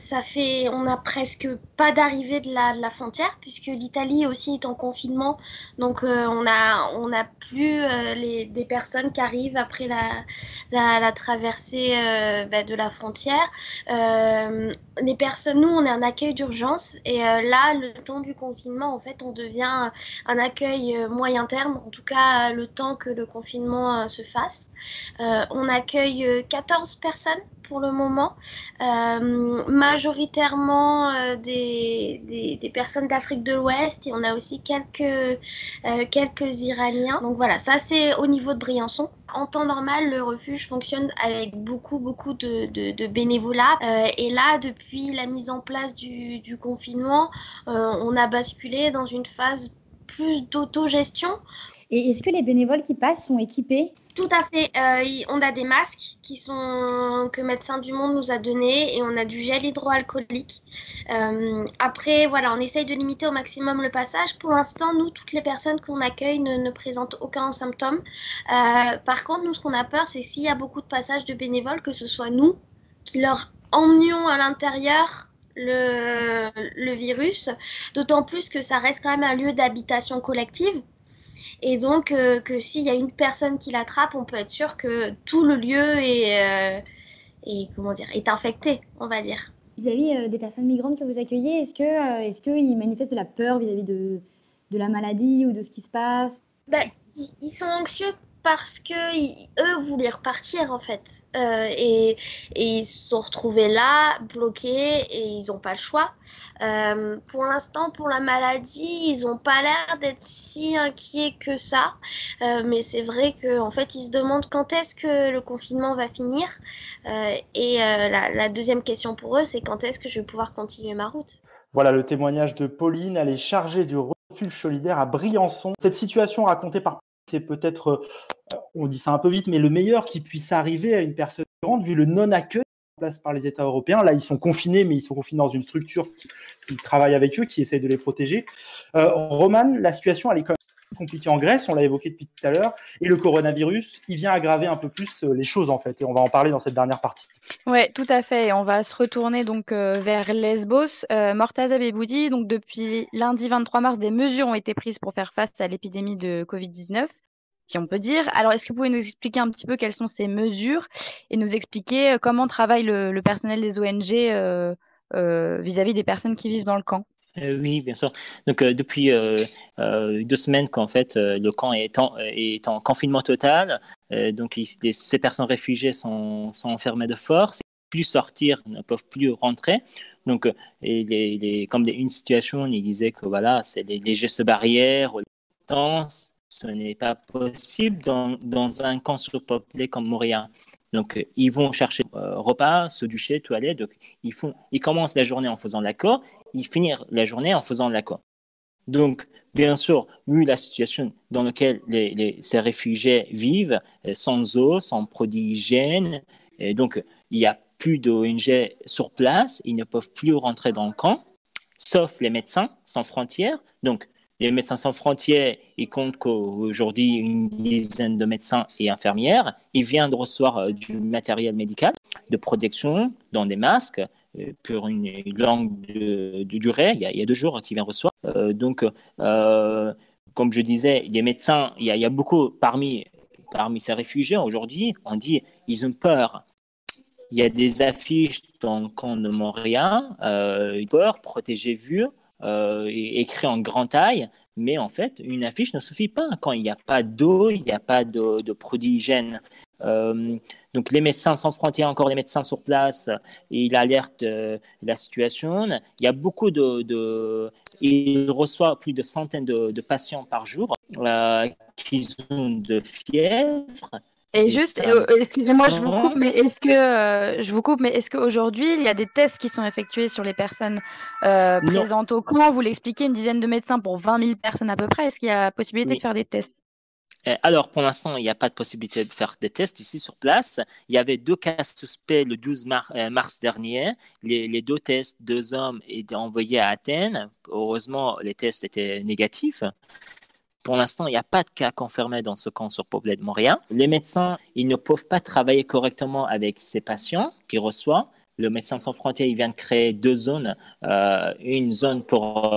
On n'a presque pas d'arrivée de la frontière, puisque l'Italie aussi est en confinement. Donc on a plus des personnes qui arrivent après la traversée de la frontière. Les personnes, nous, on est un accueil d'urgence, et là, le temps du confinement, en fait, on devient un accueil moyen terme, en tout cas le temps que le confinement se fasse. On accueille 14 personnes pour le moment, majoritairement des personnes d'Afrique de l'Ouest, et on a aussi quelques Iraniens. Donc voilà, ça c'est au niveau de Briançon. En temps normal, le refuge fonctionne avec beaucoup de bénévolat. Et là, depuis la mise en place du confinement, on a basculé dans une phase plus d'autogestion. Et est-ce que les bénévoles qui passent sont équipés ? Tout à fait. On a des masques que Médecins du Monde nous a donnés, et on a du gel hydroalcoolique. Après, voilà, on essaye de limiter au maximum le passage. Pour l'instant, nous, toutes les personnes qu'on accueille ne présentent aucun symptôme. Par contre, nous, ce qu'on a peur, c'est s'il y a beaucoup de passages de bénévoles, que ce soit nous qui leur emmenions à l'intérieur le virus, d'autant plus que ça reste quand même un lieu d'habitation collective. Et donc, que s'il y a une personne qui l'attrape, on peut être sûr que tout le lieu est infecté, on va dire. Vis-à-vis des personnes migrantes que vous accueillez, est-ce qu'ils manifestent de la peur vis-à-vis de la maladie ou de ce qui se passe ? Ils sont anxieux parce qu'eux voulaient repartir, en fait. Et ils se sont retrouvés là, bloqués, et ils n'ont pas le choix. Pour l'instant, pour la maladie, ils n'ont pas l'air d'être si inquiets que ça. Mais c'est vrai qu'en fait, ils se demandent quand est-ce que le confinement va finir. La deuxième question pour eux, c'est quand est-ce que je vais pouvoir continuer ma route. Voilà le témoignage de Pauline. Elle est chargée du refuge solidaire à Briançon. Cette situation racontée par c'est peut-être, on dit ça un peu vite, mais le meilleur qui puisse arriver à une personne migrante, vu le non-accueil en place par les États européens. Là, ils sont confinés, mais ils sont confinés dans une structure qui travaille avec eux, qui essaye de les protéger. Romane, la situation, elle est quand même compliqué en Grèce, on l'a évoqué depuis tout à l'heure, et le coronavirus, il vient aggraver un peu plus les choses en fait, et on va en parler dans cette dernière partie. Ouais, tout à fait. Et on va se retourner donc vers Lesbos. Mortaza Beboudi, donc depuis lundi 23 mars, des mesures ont été prises pour faire face à l'épidémie de Covid-19, si on peut dire. Alors, est-ce que vous pouvez nous expliquer un petit peu quelles sont ces mesures et nous expliquer comment travaille le personnel des ONG vis-à-vis des personnes qui vivent dans le camp? Oui, bien sûr. Donc, depuis 2 semaines qu'en fait, le camp est en confinement total. Donc, ces personnes réfugiées sont enfermées de force. Ils ne peuvent plus sortir, ne peuvent plus rentrer. Donc, comme une situation, ils disaient que voilà, c'est les gestes barrières, les distances, ce n'est pas possible dans un camp surpeuplé comme Moria. Donc, ils vont chercher repas, se doucher, toilette. Donc, ils commencent la journée en faisant l'accord, ils finissent la journée en faisant l'accord. Donc, bien sûr, vu la situation dans laquelle ces réfugiés vivent, sans eau, sans produits d'hygiène, et donc il n'y a plus d'ONG sur place, ils ne peuvent plus rentrer dans le camp, sauf les médecins sans frontières. Donc, les médecins sans frontières, ils comptent qu'aujourd'hui, une dizaine de médecins et infirmières. Ils viennent de recevoir du matériel médical de protection, dans des masques, pour une longue durée. Il y a 2 jours qu'ils viennent recevoir. Donc, comme je disais, les médecins, il y a beaucoup parmi ces réfugiés aujourd'hui, on dit ils ont peur. Il y a des affiches dans le camp de Moria, peur, protégez-vous. Écrit en grande taille, mais en fait, une affiche ne suffit pas quand il n'y a pas d'eau, il n'y a pas de produits hygiène. Donc, les médecins sans frontières, encore les médecins sur place, ils alertent la situation. Il y a beaucoup il reçoit plus de centaines de patients par jour qui ont de fièvre. Et juste, excusez-moi, je vous coupe, mais est-ce qu'aujourd'hui, il y a des tests qui sont effectués sur les personnes présentes au camp? Vous l'expliquez, une dizaine de médecins pour 20 000 personnes à peu près. Est-ce qu'il y a possibilité de faire des tests? Alors, pour l'instant, il n'y a pas de possibilité de faire des tests ici sur place. Il y avait 2 cas suspects le 12 mars dernier. Les 2 tests, 2 hommes, étaient envoyés à Athènes. Heureusement, les tests étaient négatifs. Pour l'instant, il n'y a pas de cas confirmés dans ce camp surpeuplé de Moria. Les médecins, ils ne peuvent pas travailler correctement avec ces patients qu'ils reçoivent. Le Médecins sans frontières, il vient de créer 2 zones. Une zone pour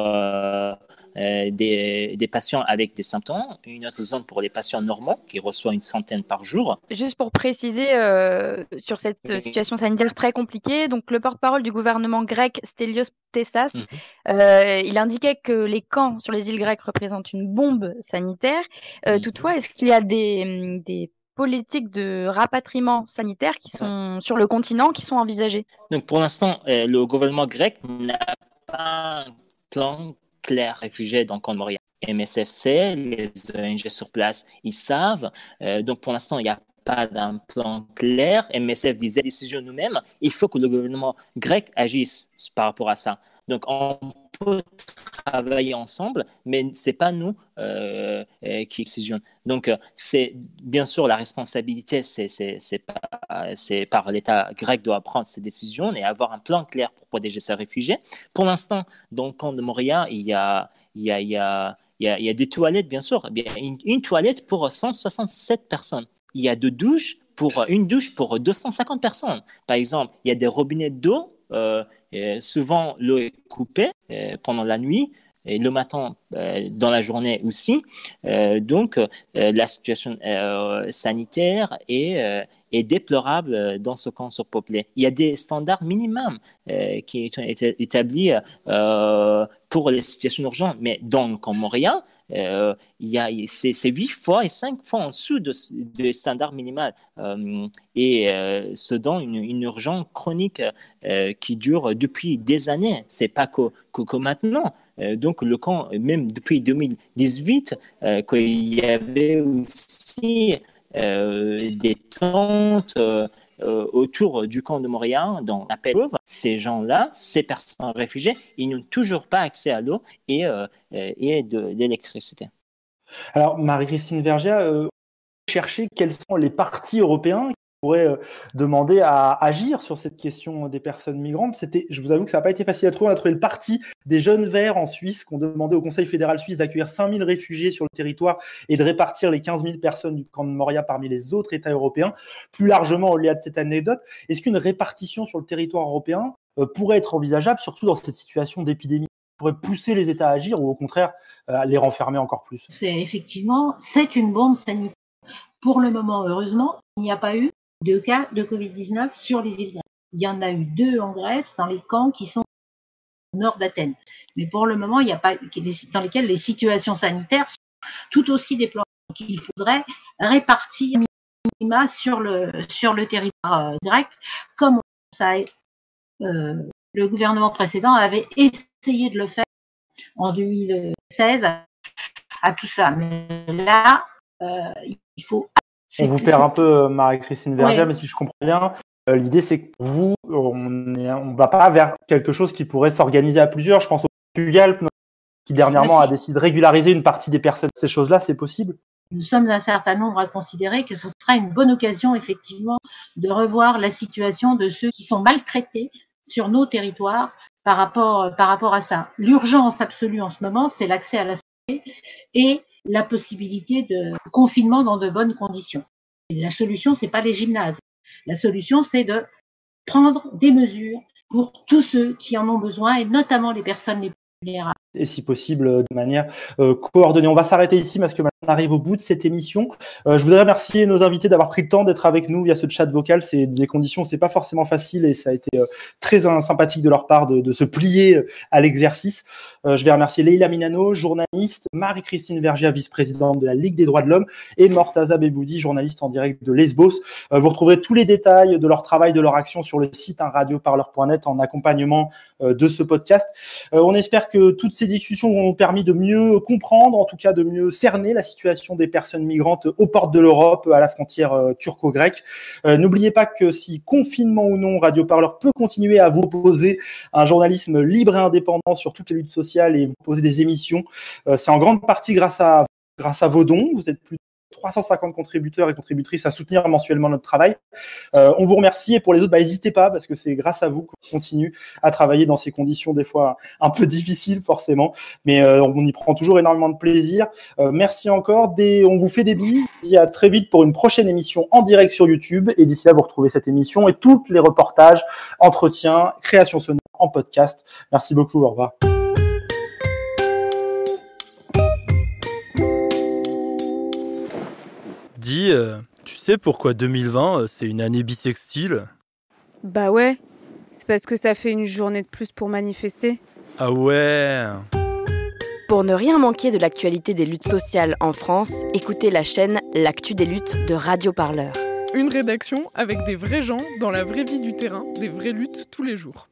des patients avec des symptômes, une autre zone pour les patients normaux qui reçoivent une centaine par jour. Juste pour préciser sur cette situation sanitaire très compliquée, donc le porte-parole du gouvernement grec, Stelios Tessas, il indiquait que les camps sur les îles grecques représentent une bombe sanitaire. Toutefois, est-ce qu'il y a des politiques de rapatriement sanitaire qui sont sur le continent, qui sont envisagées? Donc, pour l'instant, le gouvernement grec n'a pas un plan clair réfugiés dans le camp de Moria. MSFC, les ONG sur place, ils savent. Donc, pour l'instant, il n'y a pas d'un plan clair. MSF disait décision nous-mêmes. Il faut que le gouvernement grec agisse par rapport à ça. Donc, on peut travailler ensemble, mais ce n'est pas nous qui décision. Donc, c'est bien sûr la responsabilité, c'est par l'État grec doit prendre ces décisions et avoir un plan clair pour protéger ses réfugiés. Pour l'instant, dans le camp de Moria, il y a des toilettes, bien sûr. Une toilette pour 167 personnes. Il y a une douche pour 250 personnes. Par exemple, il y a des robinets d'eau. Souvent, l'eau est coupée pendant la nuit et le matin dans la journée aussi. Donc, la situation sanitaire est déplorable dans ce camp surpeuplé. Il y a des standards minimums qui ont été établis pour les situations urgentes, mais dans le camp Moria, c'est 8 fois et 5 fois en dessous des standards minimaux et ce donne une urgence chronique qui dure depuis des années. C'est pas que maintenant. Donc le camp, même depuis 2018, qu'il y avait aussi des tentes autour du camp de Moria, dans la paix. Ces gens-là, ces personnes réfugiées, ils n'ont toujours pas accès à l'eau et de l'électricité. Alors, Marie-Christine Vergiat, chercher quels sont les partis européens pourrait demander à agir sur cette question des personnes migrantes. Je vous avoue que ça n'a pas été facile à trouver. On a trouvé le parti des Jeunes Verts en Suisse qui ont demandé au Conseil fédéral suisse d'accueillir 5 000 réfugiés sur le territoire et de répartir les 15 000 personnes du camp de Moria parmi les autres États européens. Plus largement, au-delà de cette anecdote, est-ce qu'une répartition sur le territoire européen pourrait être envisageable, surtout dans cette situation d'épidémie? Pourrait pousser les États à agir ou au contraire les renfermer encore plus? C'est une bombe sanitaire. Pour le moment, heureusement, il n'y a pas eu de cas de Covid-19 sur les îles grecques. Il y en a eu 2 en Grèce, dans les camps qui sont au nord d'Athènes. Mais pour le moment, il n'y a pas dans lesquels les situations sanitaires sont tout aussi déplorables. Donc, il faudrait répartir minima sur le territoire grec, comme le gouvernement précédent avait essayé de le faire en 2016 à tout ça. Mais là, il faut... On vous perd un peu, Marie-Christine Vergia, mais si je comprends bien, l'idée c'est que vous, on ne va pas vers quelque chose qui pourrait s'organiser à plusieurs. Je pense au Portugal, qui dernièrement a décidé de régulariser une partie des personnes. Ces choses-là, c'est possible? Nous sommes un certain nombre à considérer que ce sera une bonne occasion, effectivement, de revoir la situation de ceux qui sont maltraités sur nos territoires par rapport à ça. L'urgence absolue en ce moment, c'est l'accès à la santé et la possibilité de confinement dans de bonnes conditions. Et la solution, c'est pas les gymnases. La solution, c'est de prendre des mesures pour tous ceux qui en ont besoin et notamment les personnes les plus vulnérables. Et si possible, de manière coordonnée. On va s'arrêter ici parce que maintenant on arrive au bout de cette émission. Je voudrais remercier nos invités d'avoir pris le temps d'être avec nous via ce chat vocal. C'est des conditions, c'est pas forcément facile et ça a été très sympathique de leur part de se plier à l'exercice. Je vais remercier Leïla Minano, journaliste, Marie-Christine Vergia, vice-présidente de la Ligue des droits de l'homme, et Mortaza Beboudi, journaliste en direct de Lesbos. Vous retrouverez tous les détails de leur travail, de leur action sur le site radioparleur.net en accompagnement de ce podcast. On espère que toutes ces discussions ont permis de mieux comprendre, en tout cas de mieux cerner la situation des personnes migrantes aux portes de l'Europe, à la frontière turco-grecque. N'oubliez pas que si confinement ou non, Radio Parleur peut continuer à vous proposer un journalisme libre et indépendant sur toutes les luttes sociales et vous proposer des émissions. C'est en grande partie grâce à vos dons. Vous êtes plus de 350 contributeurs et contributrices à soutenir mensuellement notre travail. On vous remercie et pour les autres, n'hésitez pas parce que c'est grâce à vous qu'on continue à travailler dans ces conditions des fois un peu difficiles forcément, mais on y prend toujours énormément de plaisir. Merci encore, on vous fait des bises et à très vite pour une prochaine émission en direct sur YouTube et d'ici là vous retrouvez cette émission et tous les reportages, entretiens, créations sonores en podcast. Merci beaucoup, au revoir. Dis, tu sais pourquoi 2020, c'est une année bissextile? Bah ouais, c'est parce que ça fait une journée de plus pour manifester. Ah ouais. Pour ne rien manquer de l'actualité des luttes sociales en France, écoutez la chaîne L'Actu des luttes de Radio Parleur. Une rédaction avec des vrais gens dans la vraie vie du terrain, des vraies luttes tous les jours.